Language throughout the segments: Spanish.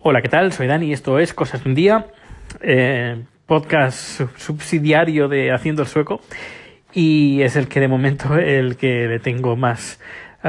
Hola, ¿qué tal? Soy Dani y esto es Cosas de un Día, podcast subsidiario de Haciendo el Sueco, y es el que de momento el que le tengo más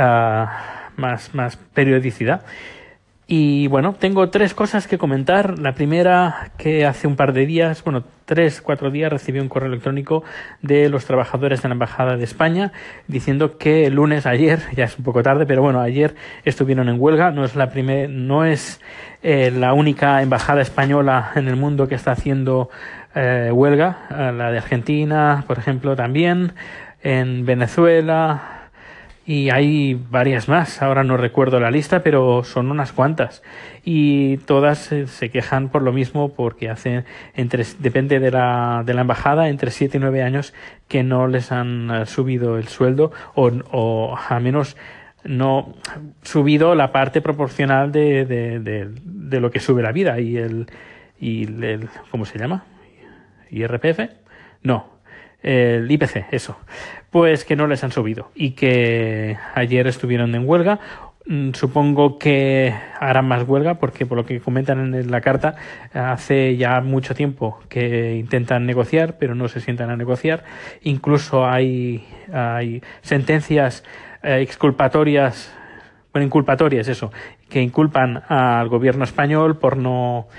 periodicidad. Y bueno, tengo tres cosas que comentar. La primera, que hace un par de días, 3-4 días, recibí un correo electrónico de los trabajadores de la Embajada de España diciendo que el lunes, ayer, ya es un poco tarde, pero bueno, ayer estuvieron en huelga. No es la única embajada española en el mundo que está haciendo huelga. La de Argentina, por ejemplo, también, en Venezuela. Y hay varias más, ahora no recuerdo la lista, pero son unas cuantas. Y todas se quejan por lo mismo, porque depende de la embajada, entre 7 y 9 años que no les han subido el sueldo, o al menos no subido la parte proporcional de lo que sube la vida. Y el ¿cómo se llama? ¿IRPF? No. El IPC, eso, pues que no les han subido y que ayer estuvieron en huelga. Supongo que harán más huelga porque, por lo que comentan en la carta, hace ya mucho tiempo que intentan negociar, pero no se sientan a negociar. Incluso hay sentencias inculpatorias, eso, que inculpan al gobierno español por no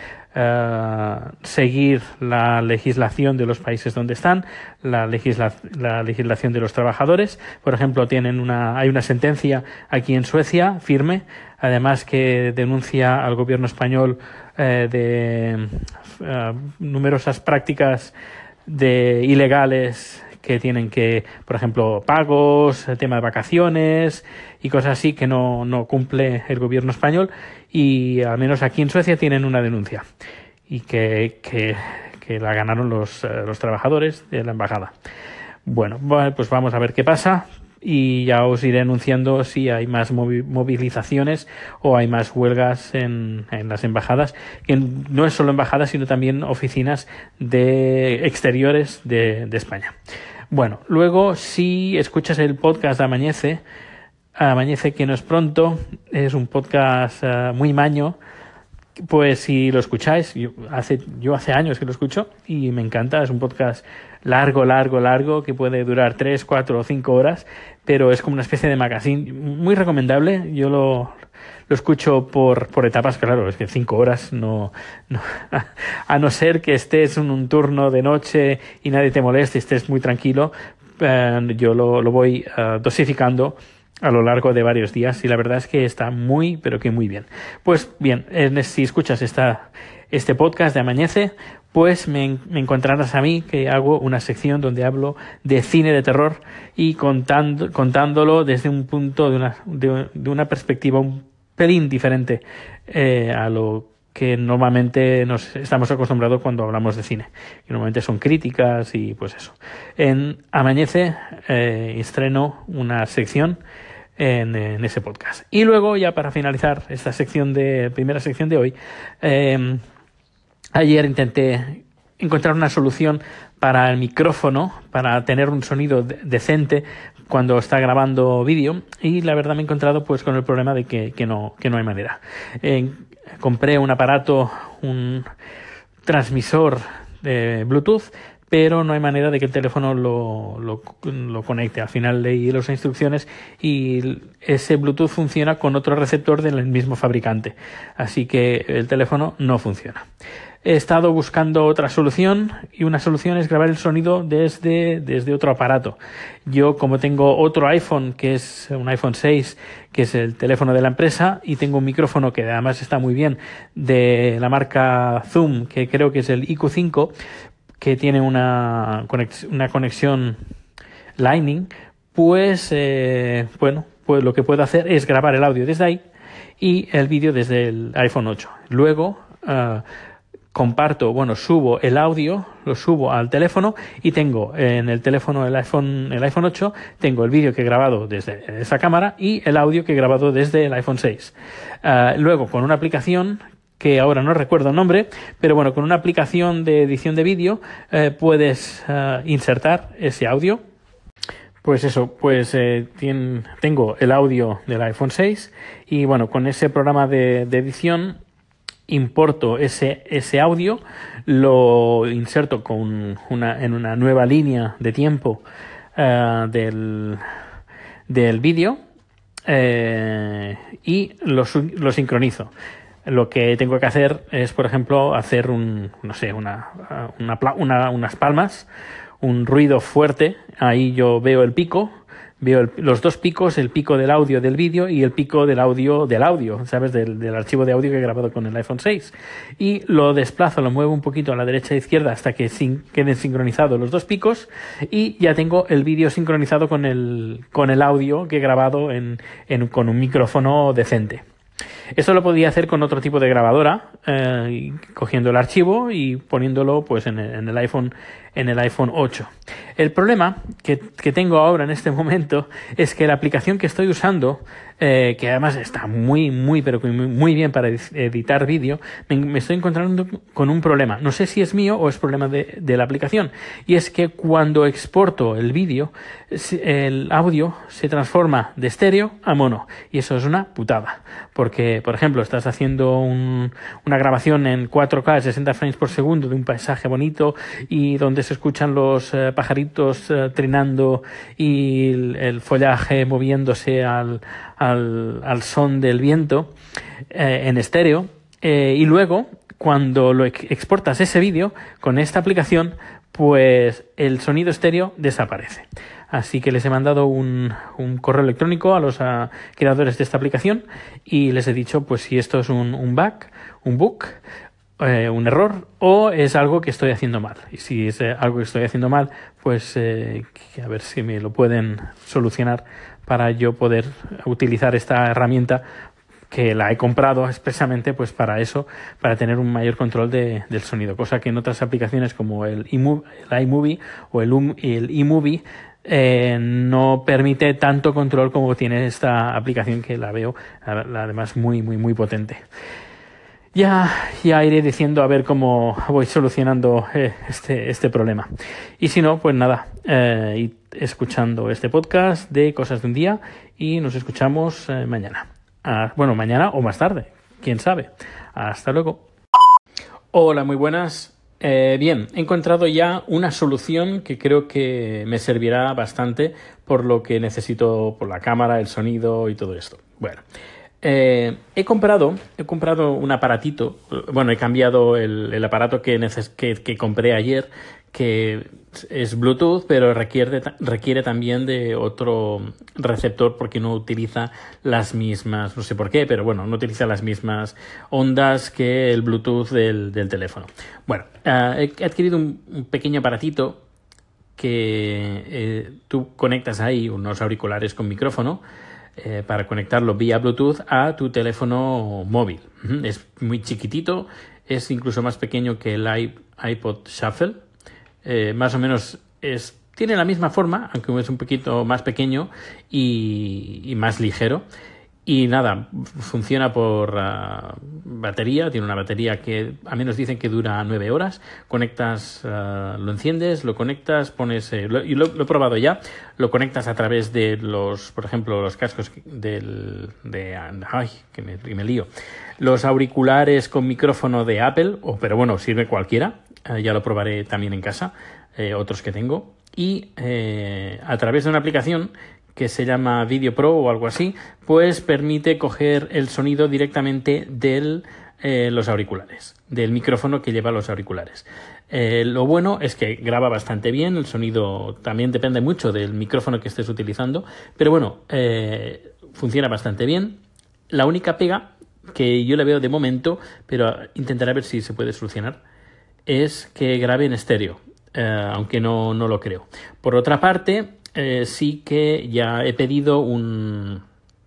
seguir la legislación de los países donde están, la legislación de los trabajadores. Por ejemplo, hay una sentencia aquí en Suecia firme, además, que denuncia al gobierno español de numerosas prácticas ilegales que tienen por ejemplo, pagos, el tema de vacaciones y cosas así que no cumple el gobierno español, y al menos aquí en Suecia tienen una denuncia y que la ganaron los trabajadores de la embajada. Bueno, pues vamos a ver qué pasa y ya os iré anunciando si hay más movilizaciones o hay más huelgas en las embajadas, que no es solo embajadas, sino también oficinas de exteriores de España. Bueno, luego, si escuchas el podcast de Amanece que no es pronto, es un podcast muy maño. Pues si lo escucháis, yo hace años que lo escucho y me encanta. Es un podcast largo, que puede durar 3, 4 o 5 horas, pero es como una especie de magazine muy recomendable. Yo lo escucho por etapas, claro, es que 5 horas no a no ser que estés en un turno de noche y nadie te moleste y estés muy tranquilo. Yo lo voy dosificando a lo largo de varios días, y la verdad es que está pero que muy bien. Pues bien, si escuchas este podcast de Amanece, pues me encontrarás a mí, que hago una sección donde hablo de cine de terror y contándolo desde un punto de una perspectiva un pelín diferente a lo que normalmente nos estamos acostumbrados cuando hablamos de cine, que normalmente son críticas y pues eso. En Amanece estreno una sección en ese podcast. Y luego, ya para finalizar esta primera sección de hoy, ayer intenté encontrar una solución para el micrófono, para tener un sonido decente cuando está grabando vídeo, y la verdad me he encontrado pues con el problema de que no hay manera. Compré un aparato, un transmisor de Bluetooth, pero no hay manera de que el teléfono lo conecte. Al final leí las instrucciones y ese Bluetooth funciona con otro receptor del mismo fabricante, así que el teléfono no funciona. He estado buscando otra solución, y una solución es grabar el sonido desde otro aparato. Yo, como tengo otro iPhone, que es un iPhone 6, que es el teléfono de la empresa, y tengo un micrófono que además está muy bien, de la marca Zoom, que creo que es el IQ5, que tiene una conexión Lightning, pues lo que puedo hacer es grabar el audio desde ahí y el vídeo desde el iPhone 8. Luego subo el audio, lo subo al teléfono, y tengo en el teléfono, el iPhone 8, tengo el vídeo que he grabado desde esa cámara y el audio que he grabado desde el iPhone 6. Luego, con una aplicación que ahora no recuerdo el nombre, pero bueno, con una aplicación de edición de vídeo puedes insertar ese audio. Pues eso, tengo el audio del iPhone 6 y bueno, con ese programa de edición importo ese audio, lo inserto en una nueva línea de tiempo del vídeo y lo sincronizo. Lo que tengo que hacer es, por ejemplo, hacer unas palmas, un ruido fuerte. Ahí yo veo el pico, veo los dos picos, el pico del audio del vídeo y el pico del audio, ¿sabes? Del archivo de audio que he grabado con el iPhone 6. Y lo desplazo, lo muevo un poquito a la derecha e izquierda hasta que queden sincronizados los dos picos y ya tengo el vídeo sincronizado con el audio que he grabado con un micrófono decente. Esto lo podía hacer con otro tipo de grabadora, cogiendo el archivo y poniéndolo pues en el iPhone 8. El problema que tengo ahora en este momento es que la aplicación que estoy usando, que además está muy bien para editar vídeo, me estoy encontrando con un problema. No sé si es mío o es problema de la aplicación. Y es que cuando exporto el vídeo, el audio se transforma de estéreo a mono. Y eso es una putada. Porque, por ejemplo, estás haciendo una grabación en 4K, 60 frames por segundo, de un paisaje bonito y donde se escuchan los pajaritos trinando y el follaje moviéndose al son del viento en estéreo, y luego cuando lo exportas ese vídeo con esta aplicación, pues el sonido estéreo desaparece. Así que les he mandado un correo electrónico a los creadores de esta aplicación y les he dicho pues si esto es un bug, un error o es algo que estoy haciendo mal. Y si es algo que estoy haciendo mal, pues a ver si me lo pueden solucionar para yo poder utilizar esta herramienta que la he comprado expresamente pues para eso, para tener un mayor control del sonido, cosa que en otras aplicaciones como el iMovie o el eMovie no permite tanto control como tiene esta aplicación, que la veo además muy potente. Ya iré diciendo a ver cómo voy solucionando este problema. Y si no, pues nada, escuchando este podcast de Cosas de un Día y nos escuchamos mañana. Mañana o más tarde, quién sabe. Hasta luego. Hola, muy buenas. Bien, he encontrado ya una solución que creo que me servirá bastante por lo que necesito, por la cámara, el sonido y todo esto. Bueno. He comprado un aparatito. Bueno, he cambiado el aparato que compré ayer, que es Bluetooth, pero requiere también de otro receptor porque no utiliza las mismas, no sé por qué, pero bueno, no utiliza las mismas ondas que el Bluetooth del teléfono. Bueno, he adquirido un pequeño aparatito que tú conectas ahí unos auriculares con micrófono para conectarlo vía Bluetooth a tu teléfono móvil. Es muy chiquitito, es incluso más pequeño que el iPod Shuffle. Más o menos tiene la misma forma, aunque es un poquito más pequeño y más ligero. Y nada, funciona por batería, tiene una batería que al menos dicen que dura 9 horas. Conectas, lo enciendes, lo conectas, pones, y lo he probado ya, lo conectas a través de por ejemplo, los cascos que me lío. Los auriculares con micrófono de Apple, pero bueno, sirve cualquiera, ya lo probaré también en casa, otros que tengo. Y a través de una aplicación que se llama Video Pro o algo así, pues permite coger el sonido directamente de los auriculares, del micrófono que lleva los auriculares. Lo bueno es que graba bastante bien, el sonido también depende mucho del micrófono que estés utilizando, pero bueno, funciona bastante bien. La única pega que yo le veo de momento, pero intentaré ver si se puede solucionar, es que grabe en estéreo, aunque no lo creo. Por otra parte, sí que ya he pedido un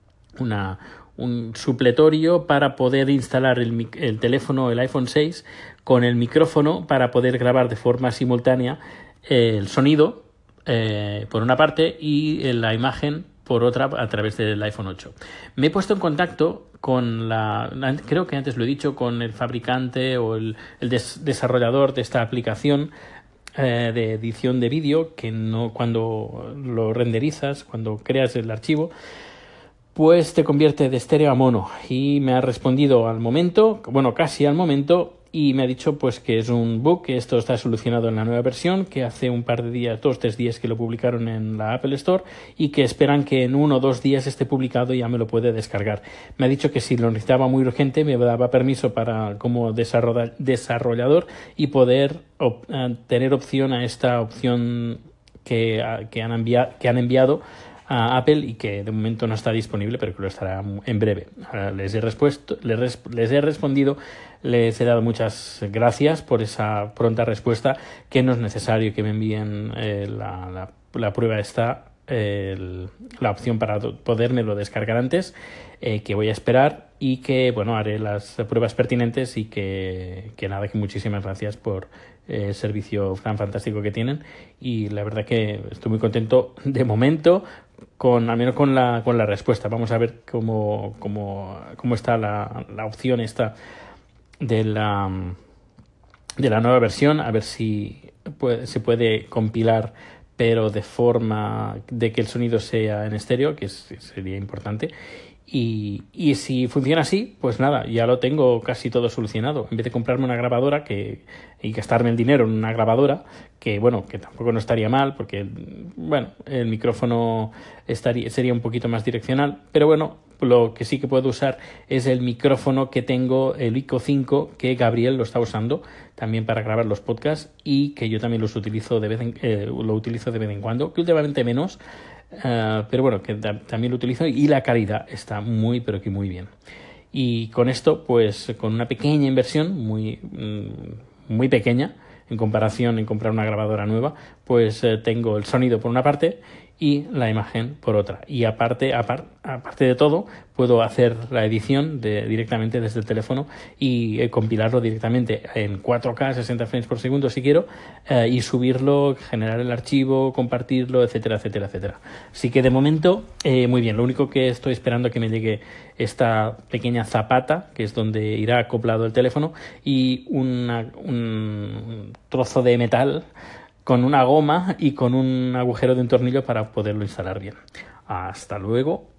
supletorio para poder instalar el teléfono, el iPhone 6, con el micrófono para poder grabar de forma simultánea el sonido por una parte y la imagen por otra a través del iPhone 8. Me he puesto en contacto creo que antes lo he dicho, con el fabricante o el desarrollador de esta aplicación de edición de vídeo, que no, cuando lo renderizas, cuando creas el archivo, pues te convierte de estéreo a mono. Y me ha respondido al momento, bueno, casi al momento, y me ha dicho pues que es un bug, que esto está solucionado en la nueva versión, que hace un par de días, 2 o 3 días que lo publicaron en la Apple Store y que esperan que en 1 o 2 días esté publicado y ya me lo puede descargar. Me ha dicho que si lo necesitaba muy urgente me daba permiso para como desarrollador y poder tener opción a esta opción que han enviado a Apple y que de momento no está disponible, pero que lo estará en breve. Les he respondido, les he dado muchas gracias por esa pronta respuesta, que no es necesario que me envíen la prueba esta, la opción para podérmelo descargar antes, que voy a esperar y que, bueno, haré las pruebas pertinentes y que nada, que muchísimas gracias por el servicio tan fantástico que tienen y la verdad que estoy muy contento de momento al menos con la respuesta. Vamos a ver cómo está la opción esta de la nueva versión, a ver si se puede compilar pero de forma de que el sonido sea en estéreo, que sería importante. Y si funciona así, pues nada, ya lo tengo casi todo solucionado. En vez de comprarme una grabadora y gastarme el dinero en una grabadora, que bueno, que tampoco no estaría mal, porque bueno, el micrófono sería un poquito más direccional, pero bueno, lo que sí que puedo usar es el micrófono que tengo, el ICO 5, que Gabriel lo está usando también para grabar los podcasts y que yo también lo utilizo de vez en cuando, que últimamente menos. Pero bueno, que también lo utilizo y la calidad está muy, pero que muy bien. Y con esto, pues con una pequeña inversión, muy pequeña, en comparación en comprar una grabadora nueva, pues tengo el sonido por una parte y la imagen por otra. Y aparte de todo, puedo hacer la edición directamente desde el teléfono y compilarlo directamente en 4K, 60 frames por segundo si quiero, y subirlo, generar el archivo, compartirlo, etcétera, etcétera, etcétera. Así que de momento, muy bien. Lo único que estoy esperando es que me llegue esta pequeña zapata, que es donde irá acoplado el teléfono, y un trozo de metal con una goma y con un agujero de un tornillo para poderlo instalar bien. Hasta luego.